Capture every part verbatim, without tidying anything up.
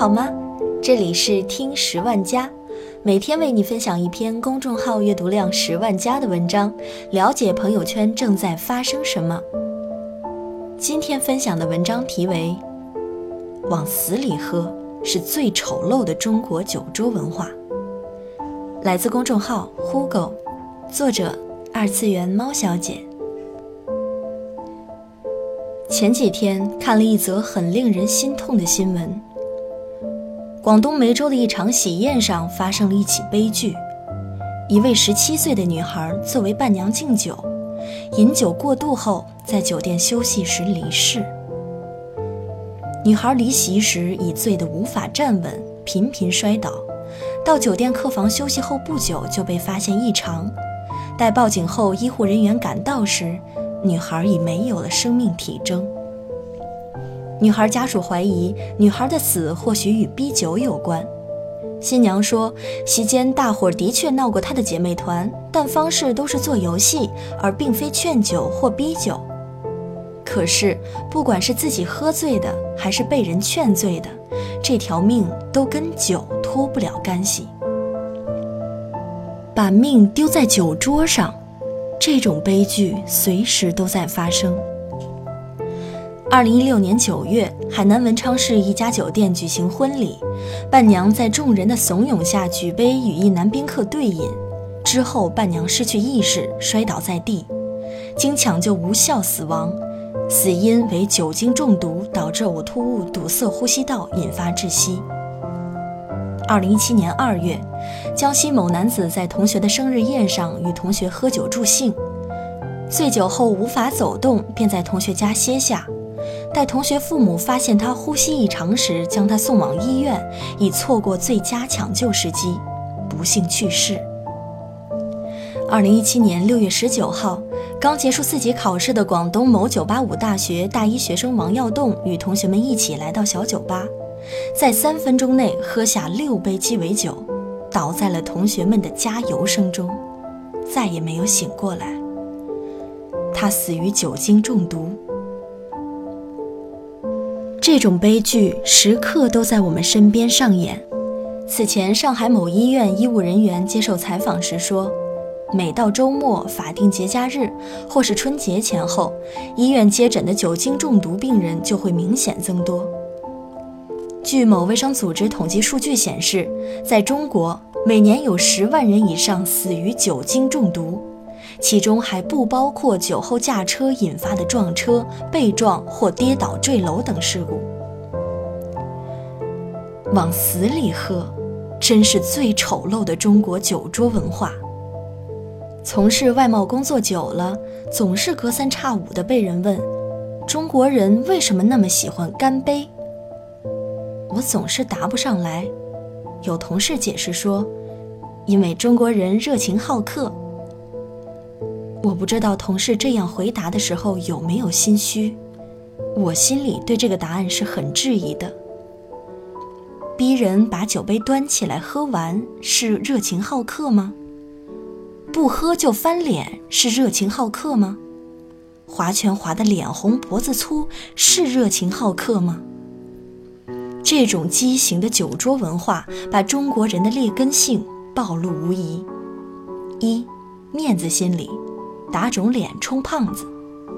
好吗？这里是听十万加，每天为你分享一篇公众号阅读量十万加的文章，了解朋友圈正在发生什么。今天分享的文章题为往死里喝是最丑陋的中国酒桌文化，来自公众号 Hugo， 作者二次元猫小姐。前几天看了一则很令人心痛的新闻，广东梅州的一场喜宴上发生了一起悲剧。一位十七岁的女孩作为伴娘敬酒，饮酒过度后在酒店休息时离世。女孩离席时已醉得无法站稳，频频摔倒，到酒店客房休息后不久就被发现异常。待报警后医护人员赶到时，女孩已没有了生命体征。女孩家属怀疑女孩的死或许与逼酒有关。新娘说，席间大伙的确闹过她的姐妹团，但方式都是做游戏，而并非劝酒或逼酒。可是不管是自己喝醉的还是被人劝醉的，这条命都跟酒脱不了干系。把命丢在酒桌上，这种悲剧随时都在发生。二零一六年九月，海南文昌市一家酒店举行婚礼，伴娘在众人的怂恿下举杯与一男宾客对饮，之后伴娘失去意识，摔倒在地，经抢救无效死亡，死因为酒精中毒导致呕吐物堵塞呼吸道，引发窒息。二零一七年二月，江西某男子在同学的生日宴上与同学喝酒助兴，醉酒后无法走动，便在同学家歇下。待同学父母发现他呼吸异常时，将他送往医院，已错过最佳抢救时机，不幸去世。二零一七年六月十九号，刚结束四级考试的广东某九八五大学大一学生王耀栋与同学们一起来到小酒吧，在三分钟内喝下六杯鸡尾酒，倒在了同学们的加油声中，再也没有醒过来。他死于酒精中毒。这种悲剧时刻都在我们身边上演。此前，上海某医院医务人员接受采访时说，每到周末、法定节假日或是春节前后，医院接诊的酒精中毒病人就会明显增多。据某卫生组织统计数据显示，在中国每年有十万人以上死于酒精中毒，其中还不包括酒后驾车引发的撞车、被撞或跌倒坠楼等事故。往死里喝，真是最丑陋的中国酒桌文化。从事外贸工作久了，总是隔三差五地被人问，中国人为什么那么喜欢干杯？我总是答不上来。有同事解释说，因为中国人热情好客。我不知道同事这样回答的时候有没有心虚，我心里对这个答案是很质疑的。逼人把酒杯端起来喝完是热情好客吗？不喝就翻脸是热情好客吗？划拳划得脸红脖子粗是热情好客吗？这种畸形的酒桌文化把中国人的劣根性暴露无遗。一、面子心理，打肿脸充胖子。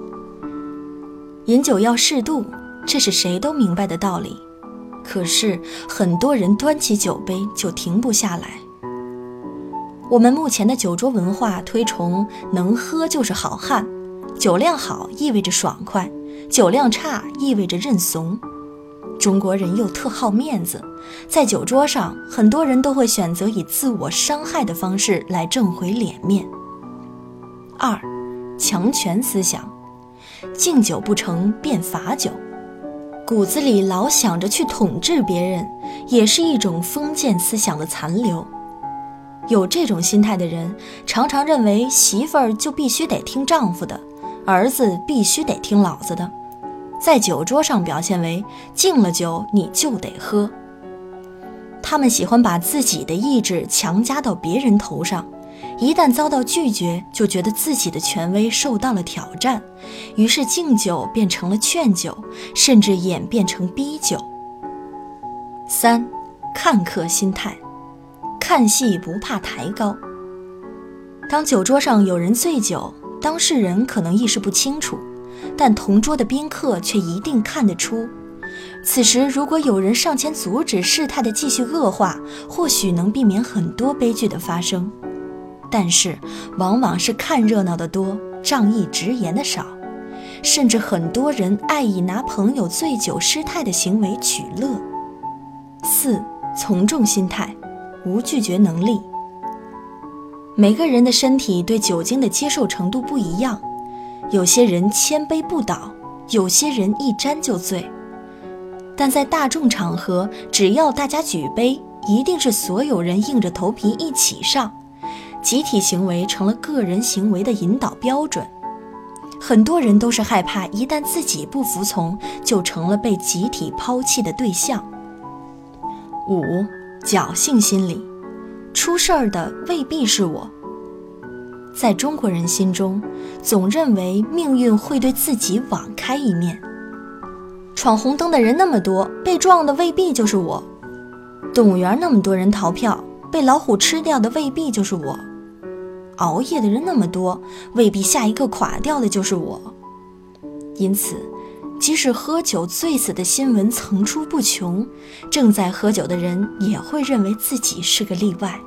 饮酒要适度，这是谁都明白的道理，可是很多人端起酒杯就停不下来。我们目前的酒桌文化推崇能喝就是好汉，酒量好意味着爽快，酒量差意味着认怂。中国人又特好面子，在酒桌上很多人都会选择以自我伤害的方式来挣回脸面。二、强权思想，敬酒不成便罚酒，骨子里老想着去统治别人，也是一种封建思想的残留。有这种心态的人，常常认为媳妇儿就必须得听丈夫的，儿子必须得听老子的，在酒桌上表现为敬了酒你就得喝。他们喜欢把自己的意志强加到别人头上，一旦遭到拒绝，就觉得自己的权威受到了挑战，于是敬酒变成了劝酒，甚至演变成逼酒。 三、看客心态，看戏不怕抬高。当酒桌上有人醉酒，当事人可能意识不清楚，但同桌的宾客却一定看得出。此时如果有人上前阻止事态的继续恶化，或许能避免很多悲剧的发生。但是往往是看热闹的多，仗义直言的少，甚至很多人爱以拿朋友醉酒失态的行为取乐。四、从众心态，无拒绝能力。每个人的身体对酒精的接受程度不一样，有些人千杯不倒，有些人一沾就醉。但在大众场合，只要大家举杯，一定是所有人硬着头皮一起上，集体行为成了个人行为的引导标准。很多人都是害怕一旦自己不服从，就成了被集体抛弃的对象。五、侥幸心理，出事儿的未必是我。在中国人心中，总认为命运会对自己网开一面。闯红灯的人那么多，被撞的未必就是我。动物园那么多人逃票，被老虎吃掉的未必就是我。熬夜的人那么多，未必下一个垮掉的就是我。因此，即使喝酒醉死的新闻层出不穷，正在喝酒的人也会认为自己是个例外。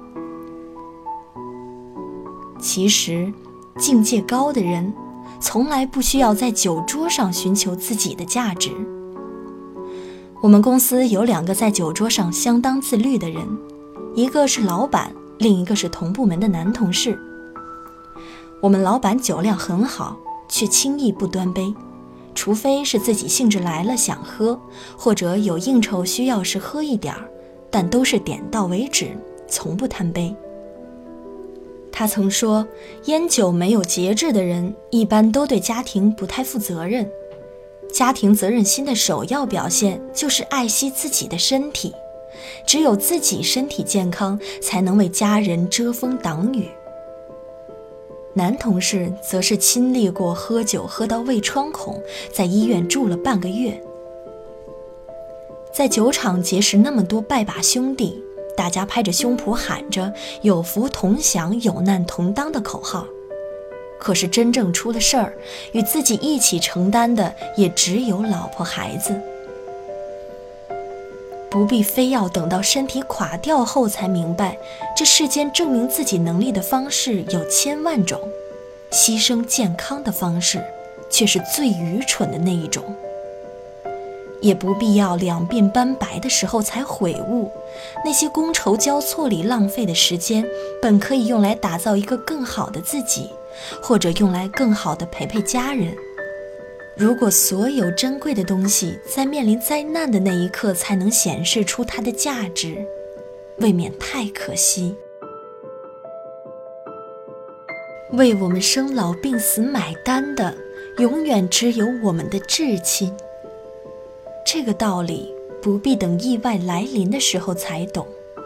其实，境界高的人从来不需要在酒桌上寻求自己的价值。我们公司有两个在酒桌上相当自律的人，一个是老板，另一个是同部门的男同事。我们老板酒量很好，却轻易不端杯，除非是自己兴致来了想喝，或者有应酬需要时喝一点儿，但都是点到为止，从不贪杯。他曾说，烟酒没有节制的人一般都对家庭不太负责任，家庭责任心的首要表现就是爱惜自己的身体，只有自己身体健康，才能为家人遮风挡雨。男同事则是亲历过喝酒喝到胃穿孔，在医院住了半个月。在酒场结识那么多拜把兄弟，大家拍着胸脯喊着有福同享有难同当的口号，可是真正出了事儿，与自己一起承担的也只有老婆孩子。不必非要等到身体垮掉后才明白，这世间证明自己能力的方式有千万种，牺牲健康的方式却是最愚蠢的那一种。也不必要两鬓斑白的时候才悔悟，那些觥筹交错里浪费的时间，本可以用来打造一个更好的自己，或者用来更好的陪陪家人。如果所有珍贵的东西在面临灾难的那一刻才能显示出它的价值，未免太可惜。为我们生老病死买单的，永远只有我们的至亲。这个道理不必等意外来临的时候才懂。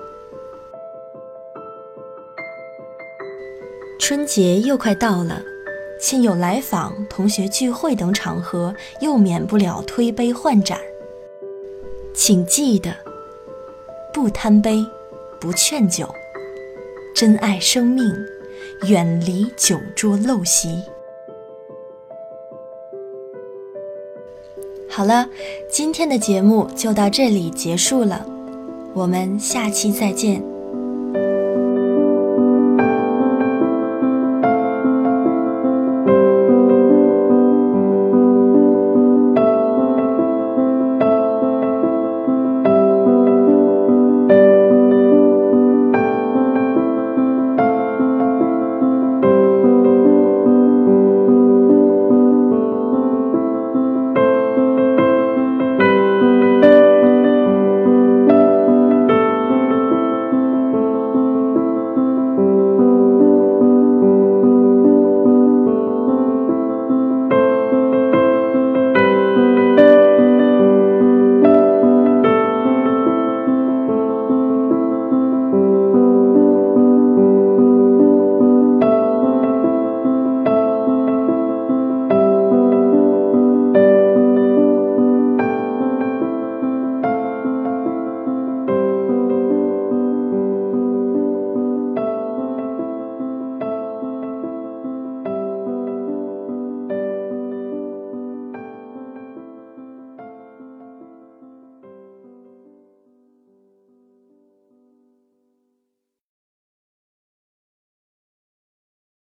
春节又快到了，亲友来访、同学聚会等场合又免不了推杯换盏。请记得，不贪杯，不劝酒，珍爱生命，远离酒桌陋习。好了，今天的节目就到这里结束了，我们下期再见。